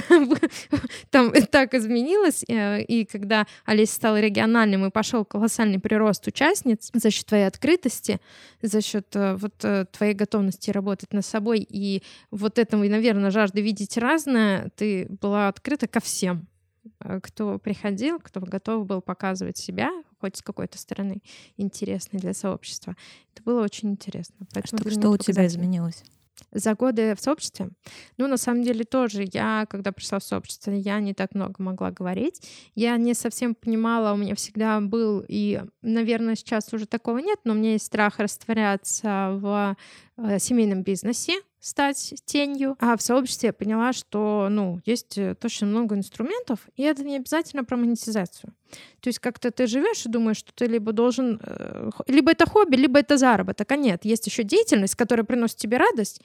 там так изменилось? И когда Олеся стала региональным и пошел колоссальный прирост участниц за счет твоей открытости, за счет вот твоей готовности работать над собой и вот этого, наверное, жажды видеть разное, ты была открыта ко всем, кто приходил, кто готов был показывать себя, хоть с какой-то стороны, интересной для сообщества. Это было очень интересно. Поэтому что, что у тебя изменилось? За годы в сообществе? Ну, на самом деле тоже. Я, когда пришла в сообщество, я не так много могла говорить. Я не совсем понимала, у меня всегда был, и, наверное, сейчас уже такого нет, но у меня есть страх растворяться в э, семейном бизнесе, стать тенью. А в сообществе я поняла, что, ну, есть точно много инструментов, и это не обязательно про монетизацию. То есть как-то ты живешь и думаешь, что ты либо должен... Либо это хобби, либо это заработок. А нет, есть еще деятельность, которая приносит тебе радость,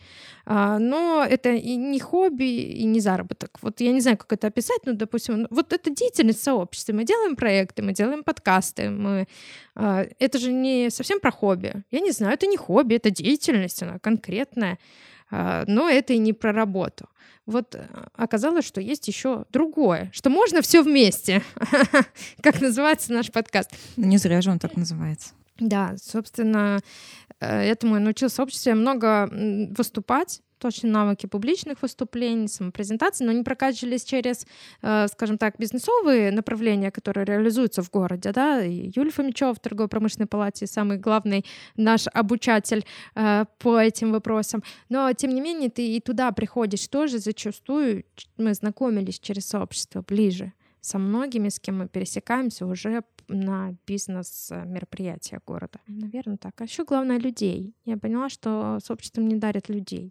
но это и не хобби, и не заработок. Вот я не знаю, как это описать, но, допустим, вот это деятельность в сообществе. Мы делаем проекты, мы делаем подкасты, мы... Это же не совсем про хобби. Я не знаю, это не хобби, это деятельность, она конкретная. Но это и не про работу. Вот оказалось, что есть еще другое, что можно все вместе. Как называется наш подкаст? Не зря же он так называется. Да, собственно, этому я научилась в сообществе много выступать. Точно навыки публичных выступлений, самопрезентации, но они прокачивались через, скажем так, бизнесовые направления, которые реализуются в городе. Да? И Юлия Фомичева в торгово-промышленной палате самый главный наш обучатель по этим вопросам. Но, тем не менее, ты и туда приходишь тоже зачастую. Мы знакомились через сообщество ближе со многими, с кем мы пересекаемся уже на бизнес-мероприятия города. Наверное, так. А еще главное — людей. Я поняла, что сообществом не дарят людей.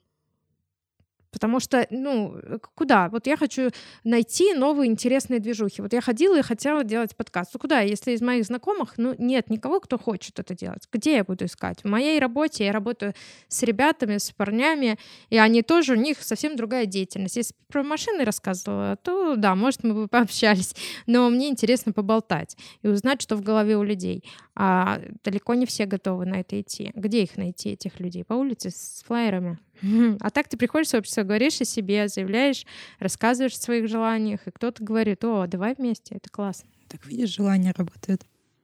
Потому что, ну, куда? Вот я хочу найти новые интересные движухи. Вот я ходила и хотела делать подкаст. Ну, куда? Если из моих знакомых, ну, нет никого, кто хочет это делать. Где я буду искать? В моей работе я работаю с ребятами, с парнями, и они тоже, у них совсем другая деятельность. Если про машины рассказывала, то да, может, мы бы пообщались. Но мне интересно поболтать и узнать, что в голове у людей. А далеко не все готовы на это идти. Где их найти, этих людей? По улице с флаерами? А так ты приходишь в сообщество, говоришь о себе, заявляешь, рассказываешь о своих желаниях, и кто-то говорит: о, давай вместе, это классно. Так видишь, желание работает.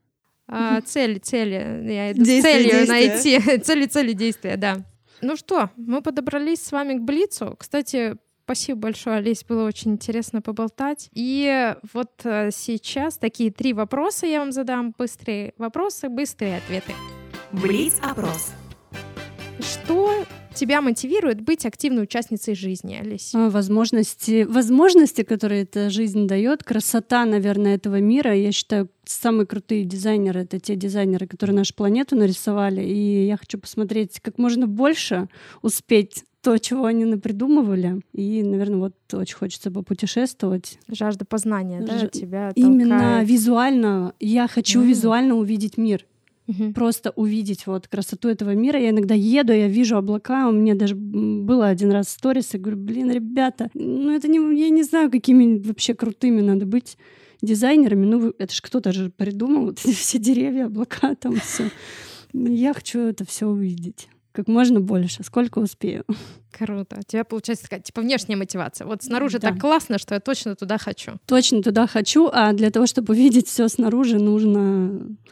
А, цели, цели. Я иду с целью найти. Цели, цели, действия, да. Ну что, мы подобрались с вами к блицу. Кстати, спасибо большое, Олесь, было очень интересно поболтать. И вот сейчас такие три вопроса я вам задам. Быстрые вопросы, быстрые ответы. Блиц-опрос. Что тебя мотивирует быть активной участницей жизни, Олесь? Возможности, возможности, которые эта жизнь дает, красота, наверное, этого мира. Я считаю, самые крутые дизайнеры — это те дизайнеры, которые нашу планету нарисовали. И я хочу посмотреть как можно больше, успеть то, чего они напридумывали. И, наверное, вот очень хочется попутешествовать. Жажда познания, Ж... да, тебя Именно толкает. Визуально. Я хочу mm. визуально увидеть мир. Угу. Просто увидеть вот красоту этого мира. Я иногда еду, я вижу облака. У меня даже было один раз сторис. Я говорю: блин, ребята, ну это не... Я не знаю, какими вообще крутыми надо быть дизайнерами. Ну это ж кто-то же придумал. Вот эти все деревья, облака, там все. Я хочу это все увидеть. Как можно больше, сколько успею. Круто. У тебя получается такая, типа, внешняя мотивация. Вот снаружи да. так классно, что я точно туда хочу. Точно туда хочу, а для того, чтобы увидеть все снаружи, нужно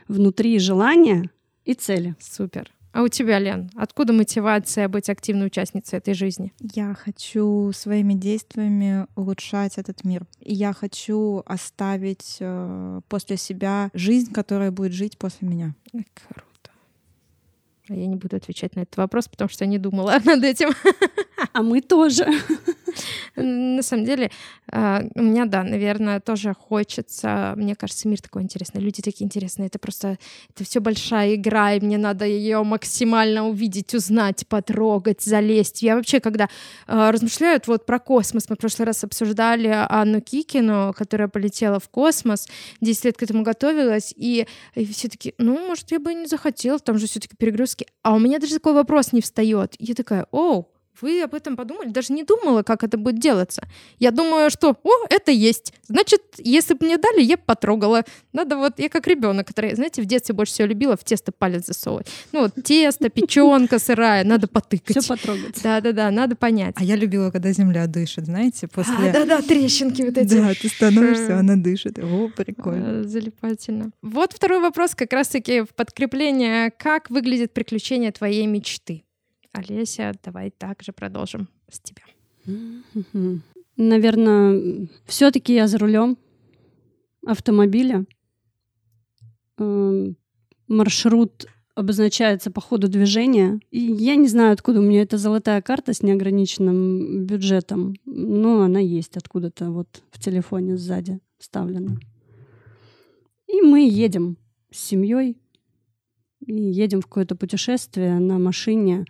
внутри желания и цели. Супер. А у тебя, Лен, откуда мотивация быть активной участницей этой жизни? Я хочу своими действиями улучшать этот мир. И я хочу оставить э, после себя жизнь, которая будет жить после меня. Круто. А я не буду отвечать на этот вопрос, потому что я не думала над этим. А мы тоже. На самом деле, у меня, да, наверное, тоже хочется. Мне кажется, мир такой интересный, люди такие интересные. Это просто, это все большая игра, и мне надо ее максимально увидеть, узнать, потрогать, залезть. Я вообще, когда э, размышляю вот про космос, мы в прошлый раз обсуждали Анну Кикину, которая полетела в космос, десять лет к этому готовилась, и, и все таки, ну, может, я бы и не захотела, там же все-таки перегрузки. А у меня даже такой вопрос не встает. Я такая, оу, вы об этом подумали? Даже не думала, как это будет делаться. Я думаю, что, о, это есть. Значит, если бы мне дали, я бы потрогала. Надо вот, я как ребенок, который, знаете, в детстве больше всего любила в тесто палец засовывать. Ну вот тесто, печенка сырая, надо потыкать. Все потрогать. Да-да-да, надо понять. А я любила, когда земля дышит, знаете, после... А, да-да, трещинки вот эти. Да, ты становишься, она дышит. О, прикольно. Залипательно. Вот второй вопрос как раз-таки в подкрепление. Как выглядит приключение твоей мечты? Олеся, давай также продолжим с тебя. Наверное, все-таки я за рулем автомобиля. Маршрут обозначается по ходу движения. И я не знаю, откуда у меня эта золотая карта с неограниченным бюджетом, но она есть откуда-то вот в телефоне сзади вставлена. И мы едем с семьей, и едем в какое-то путешествие на машине.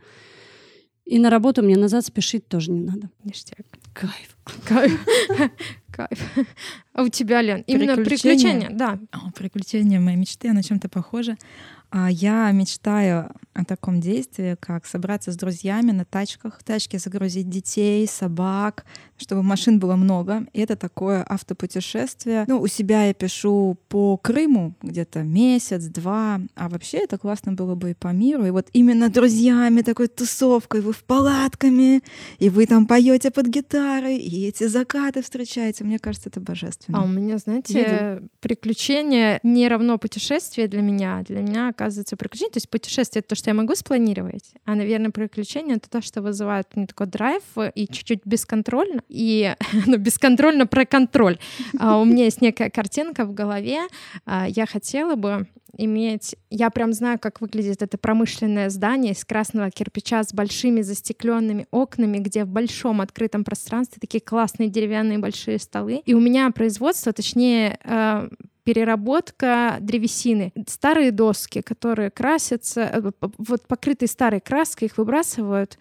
И на работу мне назад спешить тоже не надо. Ништяк. Кайф. Кайф. Кайф. А у тебя, Лен, именно приключения? Да. О, приключения моей мечты, на чем-то похоже. Я мечтаю о таком действии, как собраться с друзьями на тачках, в тачке загрузить детей, собак, чтобы машин было много. И это такое автопутешествие. Ну, у себя я пишу по Крыму где-то месяц-два, а вообще это классно было бы и по миру. И вот именно друзьями, такой тусовкой, вы в палатками, и вы там поете под гитарой, и эти закаты встречаете. Мне кажется, это божественно. А у меня, знаете, Едем. приключение не равно путешествие для меня. Для меня, оказывается, приключение. То есть путешествие — это то, что я могу спланировать, а, наверное, приключение — это то, что вызывает мне такой драйв и чуть-чуть бесконтрольно. И ну, бесконтрольно про контроль. А, у меня есть некая картинка в голове. А, я хотела бы иметь... Я прям знаю, как выглядит это промышленное здание из красного кирпича с большими застекленными окнами, где в большом открытом пространстве такие классные деревянные большие столы. И у меня производство, точнее, э, переработка древесины. Старые доски, которые красятся, вот покрытые старой краской, их выбрасывают.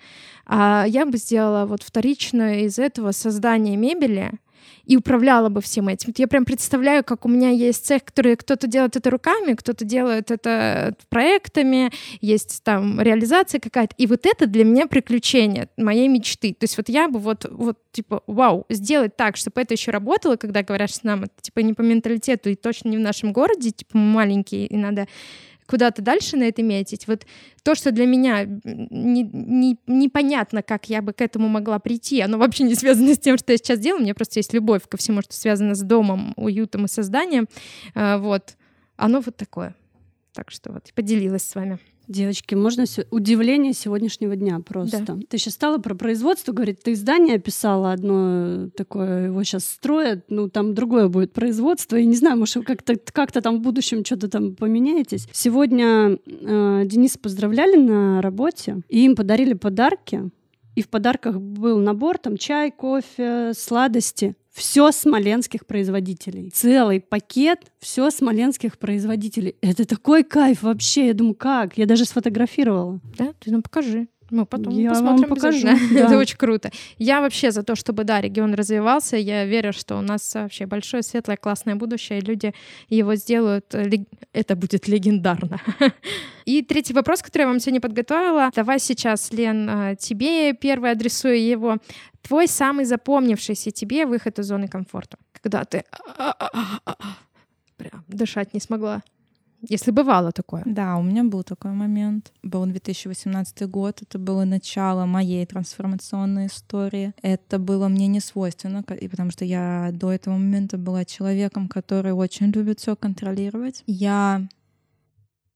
А я бы сделала вот вторичное из этого создание мебели и управляла бы всем этим. Вот я прям представляю, как у меня есть цех, который кто-то делает это руками, кто-то делает это проектами, есть там реализация какая-то. И вот это для меня приключение моей мечты. То есть вот я бы вот, вот типа, вау, сделать так, чтобы это еще работало, когда говорят, что нам это типа не по менталитету и точно не в нашем городе, типа мы маленькие, и надо куда-то дальше на это метить. Вот то, что для меня не, не, непонятно, как я бы к этому могла прийти, оно вообще не связано с тем, что я сейчас делаю. У меня просто есть любовь ко всему, что связано с домом, уютом и созданием. А, вот. Оно вот такое. Так что вот поделилась с вами. Девочки, можно се... удивление сегодняшнего дня просто. Да. Ты сейчас стала про производство говорить, ты издание писала одно такое, его сейчас строят, ну там другое будет производство, и не знаю, может, вы как-то, как-то там в будущем что-то там поменяетесь. Сегодня э, Дениса поздравляли на работе, и им подарили подарки, и в подарках был набор, там чай, кофе, сладости. Все смоленских производителей. Целый пакет, все смоленских производителей. Это такой кайф вообще. Я думаю, как? Я даже сфотографировала. Да, ты нам покажи. Мы потом Я посмотрим. вам покажу, обязательно. да. Это очень круто. Я вообще за то, чтобы, да, регион развивался. Я верю, что у нас вообще большое, светлое, классное будущее, и люди его сделают. Это будет легендарно. И третий вопрос, который я вам сегодня подготовила. Давай сейчас, Лен, тебе первый адресую его. Твой самый запомнившийся тебе выход из зоны комфорта. Когда ты прям дышать не смогла. Если бывало такое. Да, у меня был такой момент. Был две тысячи восемнадцатый год. Это было начало моей трансформационной истории. Это было мне не свойственно, и потому что я до этого момента была человеком, который очень любит все контролировать. Я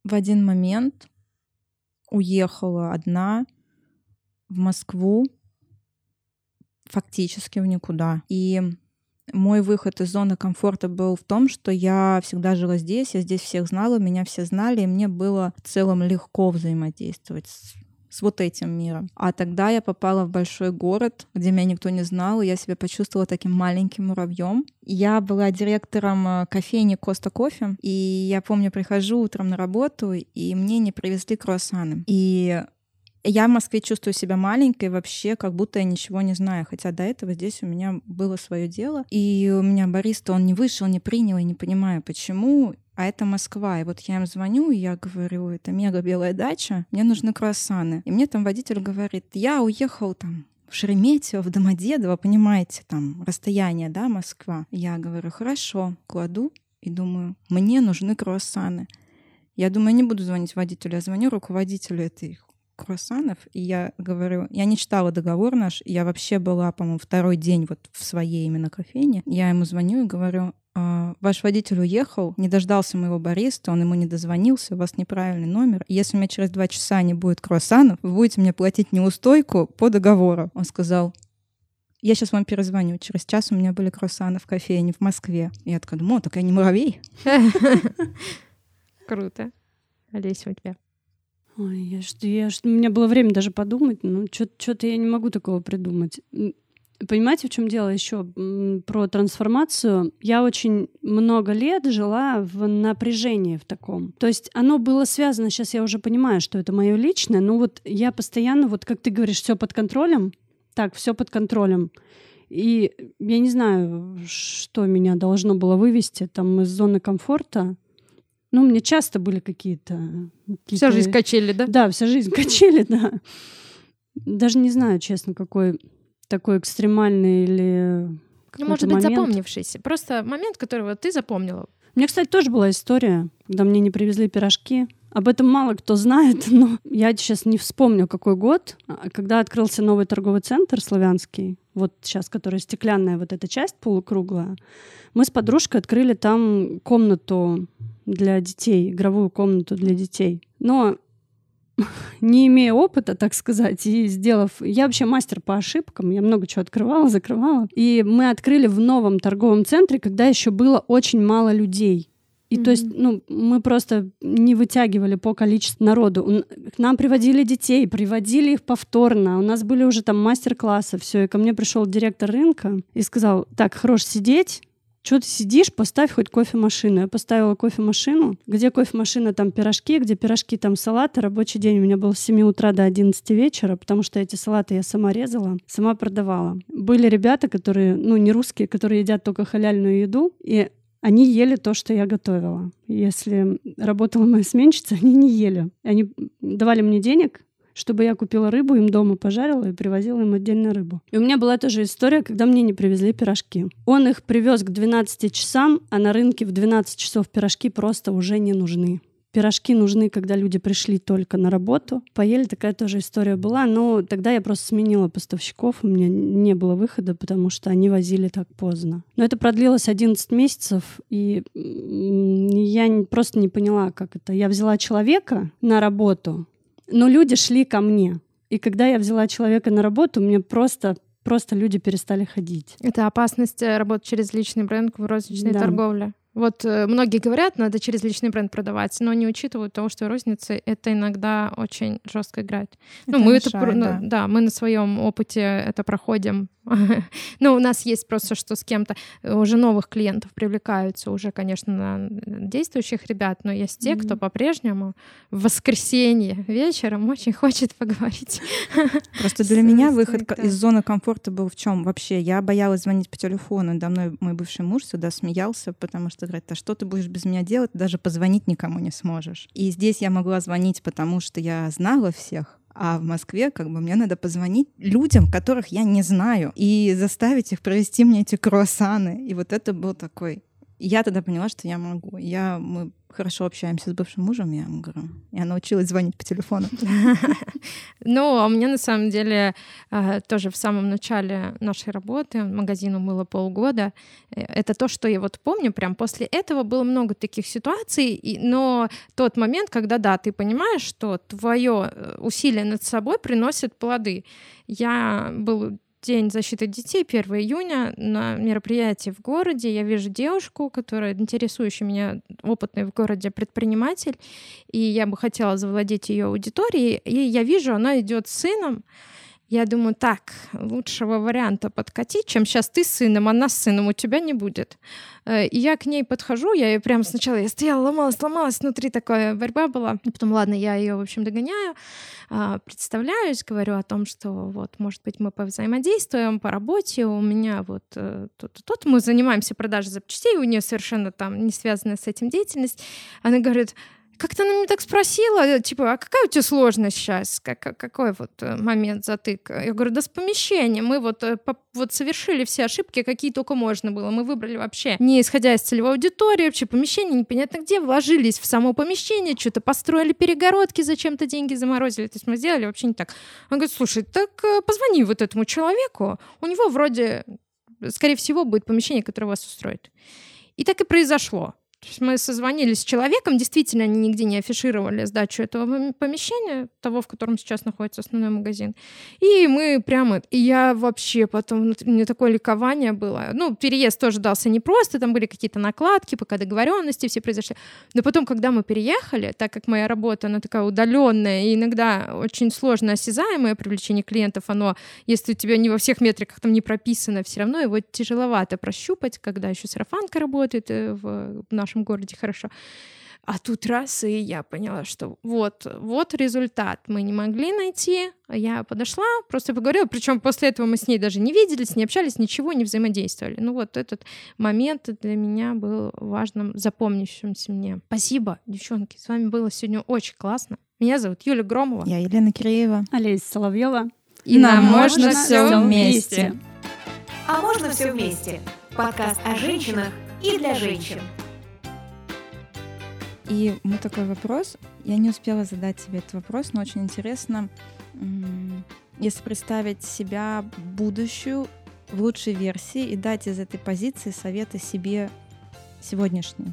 в один момент уехала одна в Москву, фактически в никуда. И мой выход из зоны комфорта был в том, что я всегда жила здесь, я здесь всех знала, меня все знали, и мне было в целом легко взаимодействовать с, с вот этим миром. А тогда я попала в большой город, где меня никто не знал, и я себя почувствовала таким маленьким муравьем. Я была директором кофейни Коста Кофе, и я помню, прихожу утром на работу, и мне не привезли круассаны. И я в Москве чувствую себя маленькой вообще, как будто я ничего не знаю. Хотя до этого здесь у меня было свое дело. И у меня бариста, он не вышел, не принял, и не понимаю, почему. А это Москва. И вот я им звоню, и я говорю, это мега белая дача, мне нужны круассаны. И мне там водитель говорит, я уехал там в Шереметьево, в Домодедово, понимаете, там расстояние, да, Москва. Я говорю, хорошо, кладу и думаю, мне нужны круассаны. Я думаю, я не буду звонить водителю, я звоню руководителю этой круассанов, и я говорю, я не читала договор наш, я вообще была, по-моему, второй день вот в своей именно кофейне. Я ему звоню и говорю, ваш водитель уехал, не дождался моего бариста, он ему не дозвонился, у вас неправильный номер. Если у меня через два часа не будет круассанов, вы будете мне платить неустойку по договору. Он сказал, я сейчас вам перезвоню. Через час у меня были круассаны в кофейне в Москве. И я такая думаю, так я не муравей. Круто. Олеся, у тебя? Ой, я, я, у меня было время даже подумать, но что-то я не могу такого придумать. Понимаете, в чем дело еще про трансформацию? Я очень много лет жила в напряжении в таком. То есть оно было связано, сейчас я уже понимаю, что это мое личное, но вот я постоянно, вот как ты говоришь, все под контролем, так, все под контролем. И я не знаю, что меня должно было вывести там из зоны комфорта. Ну, у меня часто были какие-то... какие-то... Вся жизнь качели, да? Да, вся жизнь качели, да. Даже не знаю, честно, какой такой экстремальный или Ну, может быть, момент. запомнившийся. Просто момент, которого ты запомнила. У меня, кстати, тоже была история, когда мне не привезли пирожки. Об этом мало кто знает, но я сейчас не вспомню, какой год, когда открылся новый торговый центр славянский, вот сейчас, который стеклянная вот эта часть полукруглая, мы с подружкой открыли там комнату для детей, игровую комнату для детей. Но не имея опыта, так сказать, и сделав... Я вообще мастер по ошибкам, я много чего открывала, закрывала. И мы открыли в новом торговом центре, когда еще было очень мало людей. И mm-hmm. то есть, ну, мы просто не вытягивали по количеству народу. К нам приводили детей, приводили их повторно. У нас были уже там мастер-классы, все. И ко мне пришел директор рынка и сказал, так, хорош сидеть, что ты сидишь, поставь хоть кофемашину. Я поставила кофемашину. Где кофемашина, там пирожки, где пирожки, там салаты. Рабочий день у меня был с семи утра до одиннадцати вечера, потому что эти салаты я сама резала, сама продавала. Были ребята, которые, ну, не русские, которые едят только халяльную еду, и они ели то, что я готовила. Если работала моя сменщица, они не ели. Они давали мне денег, чтобы я купила рыбу, им дома пожарила и привозила им отдельно рыбу. И у меня была тоже история, когда мне не привезли пирожки. Он их привез к двенадцати часам, а на рынке в двенадцать часов пирожки просто уже не нужны. Пирожки нужны, когда люди пришли только на работу. Поели, такая тоже история была, но тогда я просто сменила поставщиков, у меня не было выхода, потому что они возили так поздно. Но это продлилось одиннадцать месяцев, и я просто не поняла, как это. Я взяла человека на работу, но люди шли ко мне. И когда я взяла человека на работу, мне просто, просто люди перестали ходить. Это опасность работать через личный бренд в розничной Да. торговле. Вот э, многие говорят, надо через личный бренд продавать, но не учитывают того, что розницы это иногда очень жестко играет. Это ну, мы мешает, это, про- ну, да. да, мы на своем опыте это проходим. Ну, у нас есть просто, что с кем-то уже новых клиентов привлекаются уже, конечно, на действующих ребят, но есть те, кто по-прежнему в воскресенье вечером очень хочет поговорить. Просто для меня выход из зоны комфорта был в чем вообще? Я боялась звонить по телефону. Надо мной мой бывший муж всегда смеялся, потому что говорит, а что ты будешь без меня делать? Ты даже позвонить никому не сможешь. И здесь я могла звонить, потому что я знала всех. А в Москве как бы мне надо позвонить людям, которых я не знаю, и заставить их привезти мне эти круассаны. И вот это был такой Я тогда поняла, что я могу. Я, мы хорошо общаемся с бывшим мужем, я ему говорю. Я научилась звонить по телефону. Ну, а у меня на самом деле тоже в самом начале нашей работы, магазину было полгода, это то, что я вот помню, прям после этого было много таких ситуаций, но тот момент, когда, да, ты понимаешь, что твое усилие над собой приносит плоды. Я был День защиты детей, первого июня, на мероприятии в городе. Я вижу девушку, которая интересующая меня, опытный в городе предприниматель, и я бы хотела завладеть ее аудиторией. И я вижу, она идет с сыном. Я думаю, так, лучшего варианта подкатить, чем сейчас ты с сыном, она с сыном, у тебя не будет. И я к ней подхожу, я ее прямо сначала, я стояла, ломалась, ломалась, внутри такая борьба была. И потом, ладно, я ее, в общем, догоняю, представляюсь, говорю о том, что вот, может быть, мы повзаимодействуем по работе, у меня вот тут, тут мы занимаемся продажей запчастей, у нее совершенно там не связанная с этим деятельность. Она говорит, как-то она меня так спросила, типа, а какая у тебя сложность сейчас? Как, какой вот момент затыка? Я говорю, да с помещением. Мы вот, по, вот совершили все ошибки, какие только можно было. Мы выбрали вообще, не исходя из целевой аудитории, вообще помещение непонятно где, вложились в само помещение, что-то построили перегородки, зачем-то деньги заморозили. То есть мы сделали вообще не так. Он говорит, слушай, так позвони вот этому человеку, у него вроде, скорее всего, будет помещение, которое вас устроит. И так и произошло. То есть мы созвонились с человеком, действительно, они нигде не афишировали сдачу этого помещения, того, в котором сейчас находится основной магазин. И мы прямо... И я вообще потом... Внутри, у меня такое ликование было. Ну, переезд тоже дался непросто, там были какие-то накладки, пока договоренности все произошли. Но потом, когда мы переехали, так как моя работа, она такая удаленная и иногда очень сложно осязаемое привлечение клиентов, оно, если у тебя не во всех метриках там не прописано, все равно его тяжеловато прощупать, когда еще сарафанка работает в нашем нашем городе хорошо. А тут раз, и я поняла, что вот, вот результат. Мы не могли найти. Я подошла, просто поговорила. Причем после этого мы с ней даже не виделись, не общались, ничего, не взаимодействовали. Ну вот этот момент для меня был важным, запомнившимся мне. Спасибо, девчонки. С вами было сегодня очень классно. Меня зовут Юля Громова. Я Елена Киреева. Олеся Соловьева. И нам можно все вместе. А можно все вместе. Подкаст о женщинах и для женщин. И у меня такой вопрос. Я не успела задать тебе этот вопрос, но очень интересно, если представить себя будущую в лучшей версии и дать из этой позиции советы себе сегодняшней.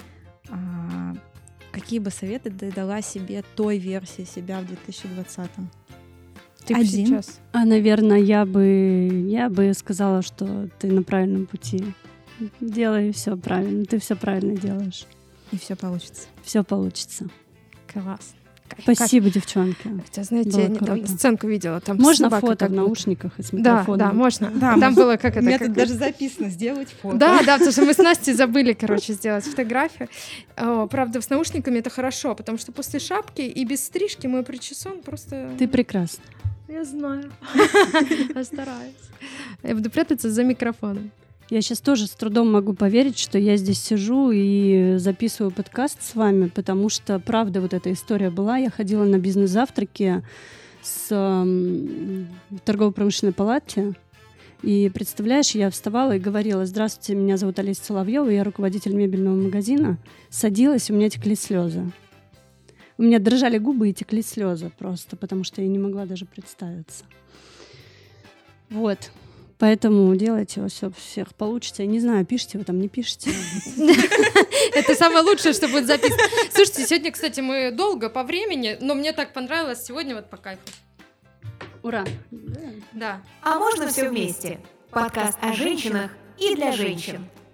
Какие бы советы ты дала себе той версии себя в две тысячи двадцатом? Ты Один. Сейчас. А, наверное, я бы, я бы сказала, что ты на правильном пути. Делай все правильно, ты все правильно делаешь. И все получится. Все получится. Класс. Спасибо, девчонки. Хотя, знаете, было я недавно круто. сценку видела. Там можно собака фото как в будто. наушниках и с Да, микрофоном? да, можно. Да, там можно. было как У это... меня как... тут даже записано «сделать фото». Да, да, потому что мы с Настей забыли, короче, сделать фотографию. О, правда, с наушниками это хорошо, потому что после шапки и без стрижки мой причесон просто... Ты прекрасна. Я знаю. Постараюсь. Я буду прятаться за микрофоном. Я сейчас тоже с трудом могу поверить, что я здесь сижу и записываю подкаст с вами, потому что, правда, вот эта история была. Я ходила на бизнес-завтраки с э, торгово-промышленной палате, и, представляешь, я вставала и говорила: «Здравствуйте, меня зовут Олеся Соловьева, я руководитель мебельного магазина». Садилась, и у меня текли слезы. У меня дрожали губы и текли слезы просто, потому что я не могла даже представиться. Вот. Поэтому делайте, у все, всех получится. Я не знаю, пишите вы там, не пишите. Это самое лучшее, что будет записано. Слушайте, сегодня, кстати, мы долго по времени, но мне так понравилось сегодня вот по кайфу. Ура! Да. А можно все вместе. Подкаст о женщинах и для женщин.